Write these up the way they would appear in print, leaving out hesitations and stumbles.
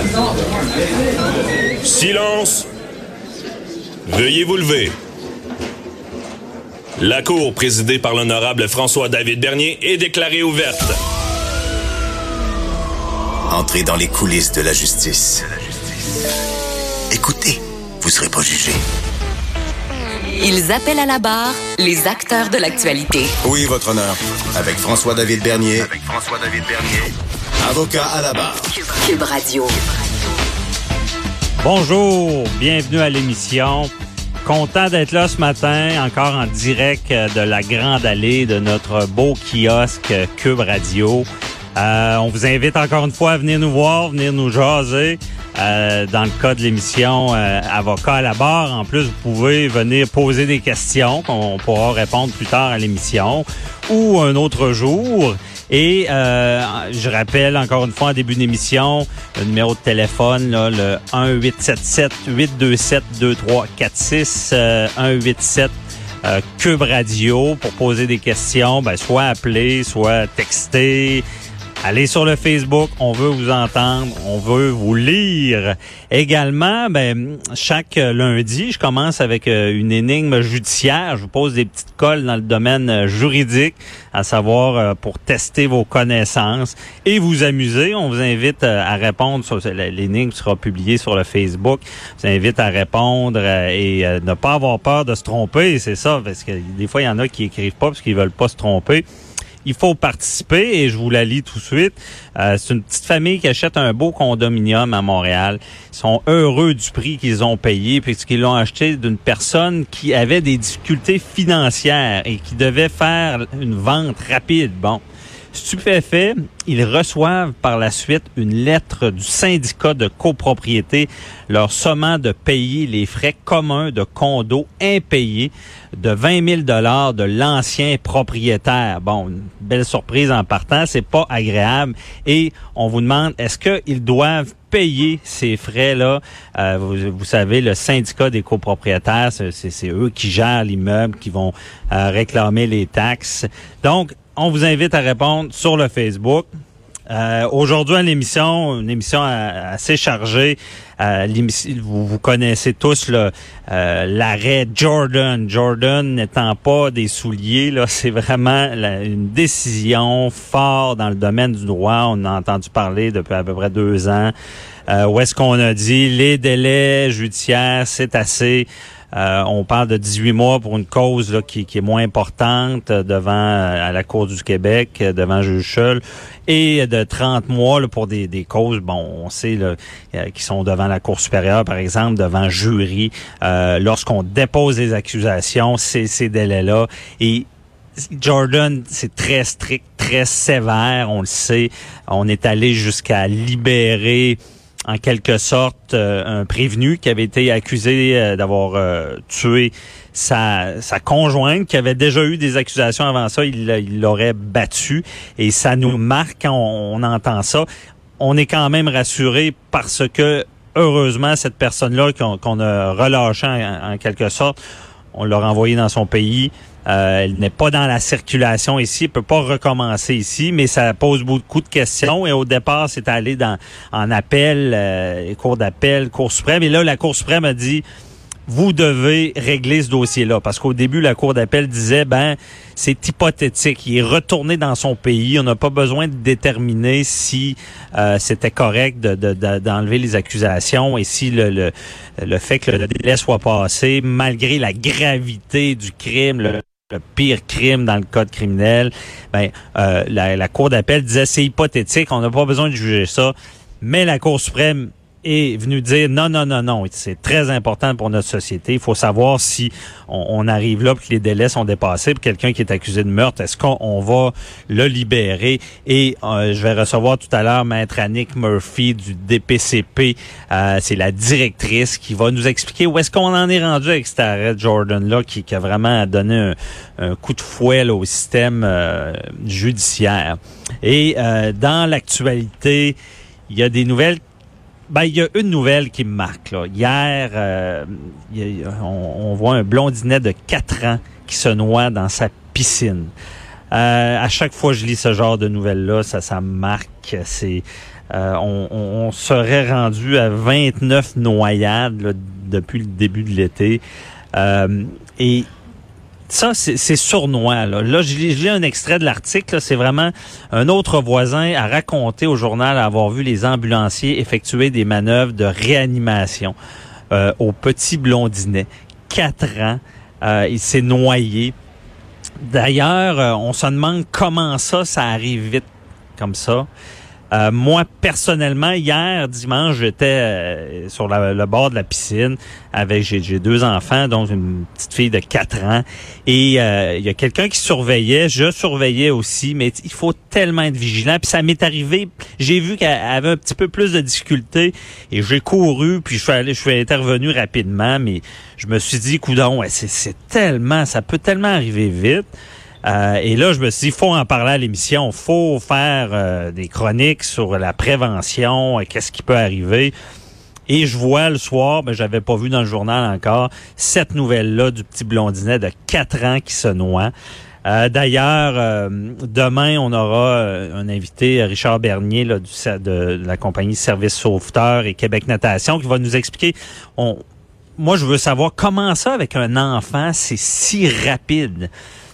Silence! Veuillez vous lever. La Cour, présidée par l'honorable François-David Bernier, est déclarée ouverte. Entrez dans les coulisses de la justice. Écoutez, vous serez pas jugé. Ils appellent à la barre les acteurs de l'actualité. Oui, votre honneur. Avec François-David Bernier. Avocat à la barre. Cube Radio. Bonjour, bienvenue à l'émission. Content d'être là ce matin, encore en direct de la Grande Allée de notre beau kiosque Cube Radio. On vous invite encore une fois à venir nous voir, venir nous jaser. Dans le cas de l'émission Avocat à la barre, en plus, vous pouvez venir poser des questions qu'on pourra répondre plus tard à l'émission ou un autre jour. Et je rappelle encore une fois en début d'émission le numéro de téléphone, là, le 1-877-827-2346, 1-87 Cube Radio pour poser des questions, soit appeler, soit texter. Allez sur le Facebook, on veut vous entendre, on veut vous lire. Également, chaque lundi, je commence avec une énigme judiciaire. Je vous pose des petites colles dans le domaine juridique, à savoir pour tester vos connaissances et vous amuser. On vous invite à répondre. L'énigme sera publiée sur le Facebook. Je vous invite à répondre et ne pas avoir peur de se tromper. C'est ça, parce que des fois, il y en a qui écrivent pas parce qu'ils veulent pas se tromper. Il faut participer et je vous la lis tout de suite. C'est une petite famille qui achète un beau condominium à Montréal. Ils sont heureux du prix qu'ils ont payé puisqu'ils l'ont acheté d'une personne qui avait des difficultés financières et qui devait faire une vente rapide. Bon, stupéfaits, ils reçoivent par la suite une lettre du syndicat de copropriété leur sommant de payer les frais communs de condo impayés de 20 000 $ de l'ancien propriétaire. Bon, une belle surprise en partant, c'est pas agréable. Et on vous demande, est-ce qu'ils doivent payer ces frais-là? Vous savez, le syndicat des copropriétaires, c'est eux qui gèrent l'immeuble, qui vont réclamer les taxes. Donc, on vous invite à répondre sur le Facebook. Aujourd'hui, une émission assez chargée. Vous connaissez tous l'arrêt Jordan. Jordan n'étant pas des souliers, là, c'est vraiment une décision forte dans le domaine du droit. On a entendu parler depuis à peu près 2 ans. Où est-ce qu'on a dit les délais judiciaires, c'est assez. On parle de 18 mois pour une cause là, qui est moins importante à la Cour du Québec, devant le juge Scheul, et de 30 mois là, pour des causes, on sait là, qui sont devant la Cour supérieure, par exemple, devant jury. Lorsqu'on dépose des accusations, c'est ces délais-là. Et Jordan, c'est très strict, très sévère, on le sait. On est allé jusqu'à libérer en quelque sorte un prévenu qui avait été accusé d'avoir tué sa conjointe, qui avait déjà eu des accusations avant ça. Il l'aurait battu et ça nous marque quand on entend ça. On est quand même rassuré parce que heureusement cette personne-là qu'on a relâchée en quelque sorte, on l'a renvoyée dans son pays. Elle n'est pas dans la circulation ici, elle peut pas recommencer ici, mais ça pose beaucoup de questions. Et au départ, c'est allé en appel, cour d'appel, Cour suprême. Et là, la Cour suprême a dit, vous devez régler ce dossier-là. Parce qu'au début, la Cour d'appel disait, c'est hypothétique. Il est retourné dans son pays. On n'a pas besoin de déterminer si c'était correct d'enlever les accusations et si le fait que le délai soit passé, malgré la gravité du crime, le pire crime dans le code criminel, la Cour d'appel disait c'est hypothétique, on n'a pas besoin de juger ça. Mais la Cour suprême est venue dire non, c'est très important pour notre société. Il faut savoir si on arrive là puis que les délais sont dépassés pour quelqu'un qui est accusé de meurtre, est-ce qu'on va le libérer? Et je vais recevoir tout à l'heure Maître Annick Murphy du DPCP. C'est la directrice qui va nous expliquer où est-ce qu'on en est rendu avec cet arrêt Jordan-là qui a vraiment donné un coup de fouet là, au système judiciaire. Et dans l'actualité, il y a des nouvelles. Il y a une nouvelle qui me marque. Là. Hier, on voit un blondinet de 4 ans qui se noie dans sa piscine. À chaque fois que je lis ce genre de nouvelles-là, ça me marque. On serait rendu à 29 noyades là, depuis le début de l'été. Et ça, c'est sournois. Là, je lis un extrait de l'article. Là, c'est vraiment un autre voisin a raconté au journal avoir vu les ambulanciers effectuer des manœuvres de réanimation au Petit Blondinet. 4 ans, il s'est noyé. D'ailleurs, on se demande comment ça arrive vite comme ça. Moi, personnellement, hier, dimanche, j'étais sur le bord de la piscine avec, j'ai 2 enfants, donc une petite fille de 4 ans. Et il y a quelqu'un qui surveillait, je surveillais aussi, mais il faut tellement être vigilant. Puis ça m'est arrivé, j'ai vu qu'elle avait un petit peu plus de difficultés et j'ai couru, puis je suis intervenu rapidement, mais je me suis dit, coudonc, c'est tellement, ça peut tellement arriver vite. Et là, je me suis dit, faut en parler à l'émission, faut faire des chroniques sur la prévention, qu'est-ce qui peut arriver. Et je vois le soir, j'avais pas vu dans le journal encore, cette nouvelle-là du Petit Blondinet de 4 ans qui se noie. D'ailleurs, demain, on aura un invité, Richard Bernier, là, de la compagnie Service Sauveteur et Québec Natation, qui va nous expliquer. Moi, je veux savoir comment ça, avec un enfant, c'est si rapide.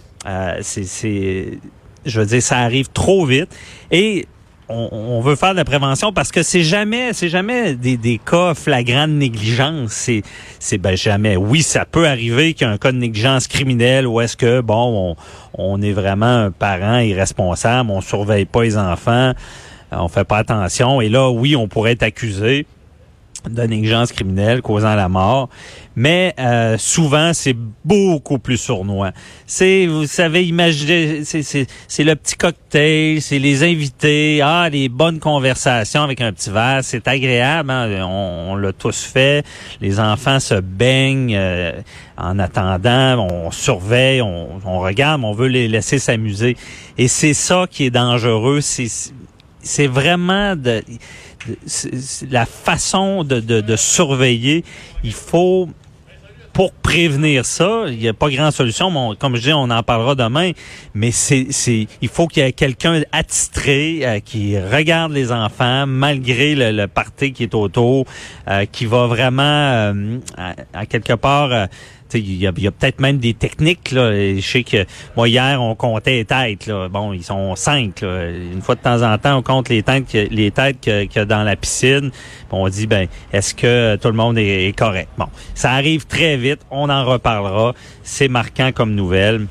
Je veux dire, ça arrive trop vite et on veut faire de la prévention parce que c'est jamais des cas flagrants de négligence. C'est jamais. Oui, ça peut arriver qu'il y ait un cas de négligence criminelle où est-ce que on est vraiment un parent irresponsable, on surveille pas les enfants, on fait pas attention et là, oui, on pourrait être accusé de négligence criminelle causant la mort, mais souvent c'est beaucoup plus sournois. Vous savez, imaginez, c'est le petit cocktail, c'est les invités, les bonnes conversations avec un petit verre, c'est agréable, hein? On l'a tous fait. Les enfants se baignent en attendant, on surveille, on regarde, on veut les laisser s'amuser. Et c'est ça qui est dangereux, c'est vraiment la façon de surveiller. Il faut, pour prévenir ça, il n'y a pas grande solution, mais comme je dis, on en parlera demain, mais il faut qu'il y ait quelqu'un attitré qui regarde les enfants malgré le party qui est autour, qui va vraiment à quelque part il y a peut-être même des techniques là. Je sais que moi hier on comptait les têtes là. Bon, ils sont 5 là. Une fois de temps en temps on compte les têtes qu'il y a dans la piscine. On dit est-ce que tout le monde est correct. Bon, ça arrive très vite. On en reparlera. C'est marquant comme nouvelle.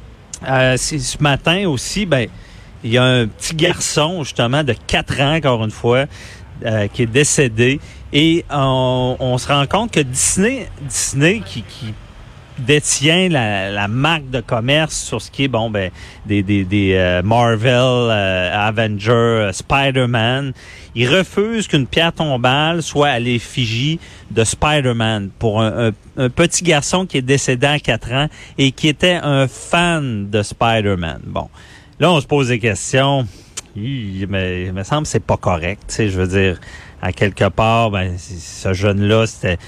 Ce matin aussi, il y a un petit garçon justement de 4 ans encore une fois qui est décédé et on se rend compte que Disney qui détient la marque de commerce sur ce qui est des Marvel, Avengers, Spider-Man. Il refuse qu'une pierre tombale soit à l'effigie de Spider-Man pour un petit garçon qui est décédé à 4 ans et qui était un fan de Spider-Man. Bon, là on se pose des questions. Il me semble que c'est pas correct. Tu sais, je veux dire, à quelque part, ce jeune-là, c'était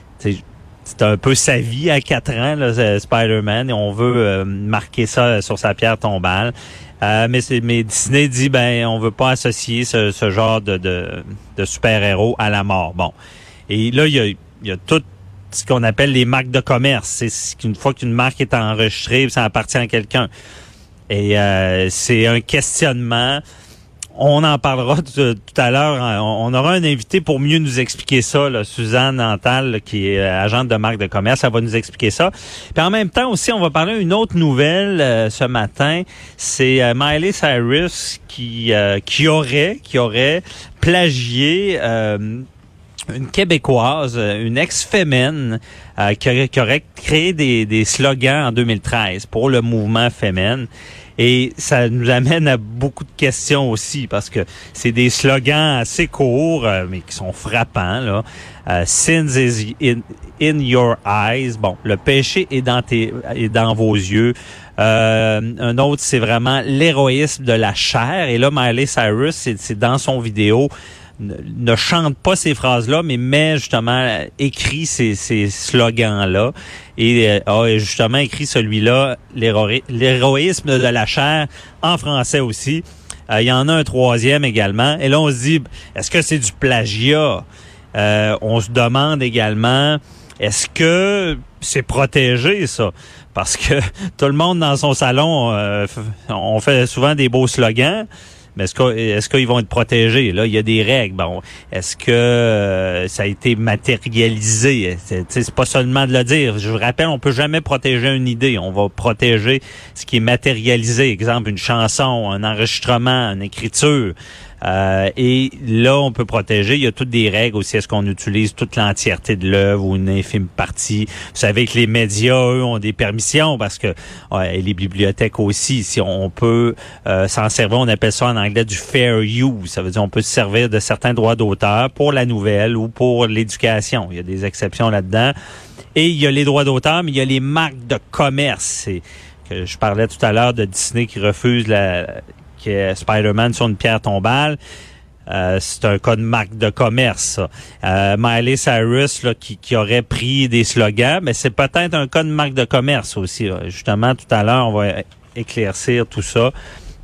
un peu sa vie à 4 ans, là, Spider-Man, et on veut marquer ça sur sa pierre tombale. Mais Disney dit, on veut pas associer ce genre de super-héros à la mort. Bon. Et là, il y a tout ce qu'on appelle les marques de commerce. C'est qu'une fois qu'une marque est enregistrée, ça appartient à quelqu'un. Et c'est un questionnement. On en parlera tout à l'heure. On aura un invité pour mieux nous expliquer ça, là, Suzanne Nantal, qui est agente de marque de commerce. Elle va nous expliquer ça. Puis en même temps aussi, on va parler d'une autre nouvelle ce matin. C'est Miley Cyrus qui aurait plagié une Québécoise, une ex-fémène, qui aurait créé des slogans en 2013 pour le mouvement féminin. Et ça nous amène à beaucoup de questions aussi, parce que c'est des slogans assez courts, mais qui sont frappants, là. Sin is in your eyes. Bon, le péché est dans vos yeux. Un autre, c'est vraiment l'héroïsme de la chair. Et là, Miley Cyrus, c'est dans son vidéo, ne chante pas ces phrases-là, mais met justement, écrit ces slogans-là. Et a justement écrit celui-là, l'héroïsme de la chair, en français aussi. Il y en a un troisième également. Et là, on se dit, est-ce que c'est du plagiat? On se demande également, est-ce que c'est protégé, ça? Parce que tout le monde dans son salon, on fait souvent des beaux slogans, mais est-ce qu'ils vont être protégés? Là, il y a des règles. Bon, est-ce que ça a été matérialisé? C'est pas seulement de le dire. Je vous rappelle, on peut jamais protéger une idée. On va protéger ce qui est matérialisé. Exemple, une chanson, un enregistrement, une écriture. Et là, on peut protéger. Il y a toutes des règles aussi. Est-ce qu'on utilise toute l'entièreté de l'œuvre ou une infime partie? Vous savez que les médias, eux, ont des permissions parce que et les bibliothèques aussi. Si on peut s'en servir, on appelle ça en anglais du fair use. Ça veut dire on peut se servir de certains droits d'auteur pour la nouvelle ou pour l'éducation. Il y a des exceptions là-dedans. Et il y a les droits d'auteur, mais il y a les marques de commerce. Que je parlais tout à l'heure de Disney qui refuse qui est Spider-Man sur une pierre tombale. C'est un cas de marque de commerce, ça. Miley Cyrus, là, qui aurait pris des slogans, mais c'est peut-être un cas de marque de commerce aussi. Là. Justement, tout à l'heure, on va éclaircir tout ça.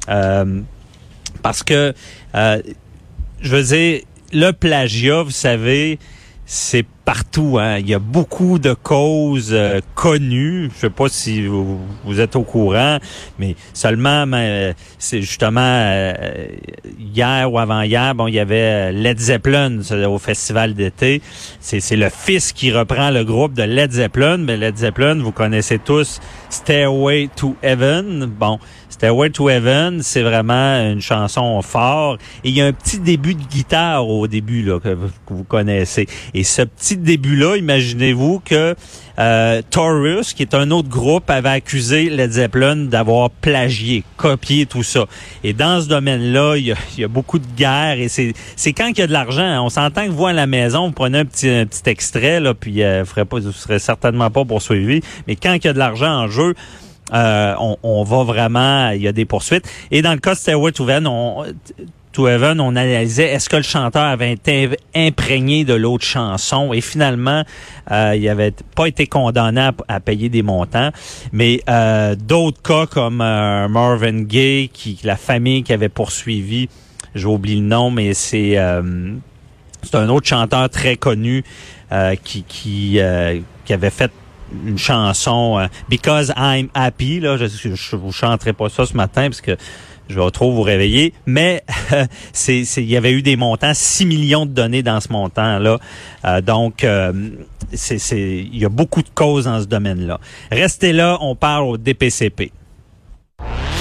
Parce que, je veux dire, le plagiat, vous savez, c'est partout, hein. Il y a beaucoup de causes connues. Je sais pas si vous êtes au courant, mais seulement, c'est justement hier ou avant-hier, bon, il y avait Led Zeppelin au festival d'été. C'est le fils qui reprend le groupe de Led Zeppelin. Mais Led Zeppelin, vous connaissez tous Stairway to Heaven. Bon, Stairway to Heaven, c'est vraiment une chanson forte. Et il y a un petit début de guitare au début là que vous connaissez. Et ce petit début-là, imaginez-vous que Taurus, qui est un autre groupe, avait accusé Led Zeppelin d'avoir plagié, copié tout ça. Et dans ce domaine-là, il y a beaucoup de guerres et c'est quand il y a de l'argent. Hein. On s'entend que vous, à la maison, vous prenez un petit extrait, là, puis vous serez certainement pas poursuivi. Mais quand il y a de l'argent en jeu, on va vraiment, il y a des poursuites. Et dans le cas de Stairway to Heaven, on analysait est-ce que le chanteur avait été imprégné de l'autre chanson et finalement, il avait pas été condamné à payer des montants. Mais d'autres cas comme Marvin Gaye, la famille qui avait poursuivi, j'ai oublié le nom, mais c'est un autre chanteur très connu qui avait fait une chanson Because I'm Happy. Là, je vous chanterai pas ça ce matin parce que je vais trop vous réveiller, mais il y avait eu des montants, 6 millions de données dans ce montant-là. Donc, il y a beaucoup de causes dans ce domaine-là. Restez là, on parle au DPCP.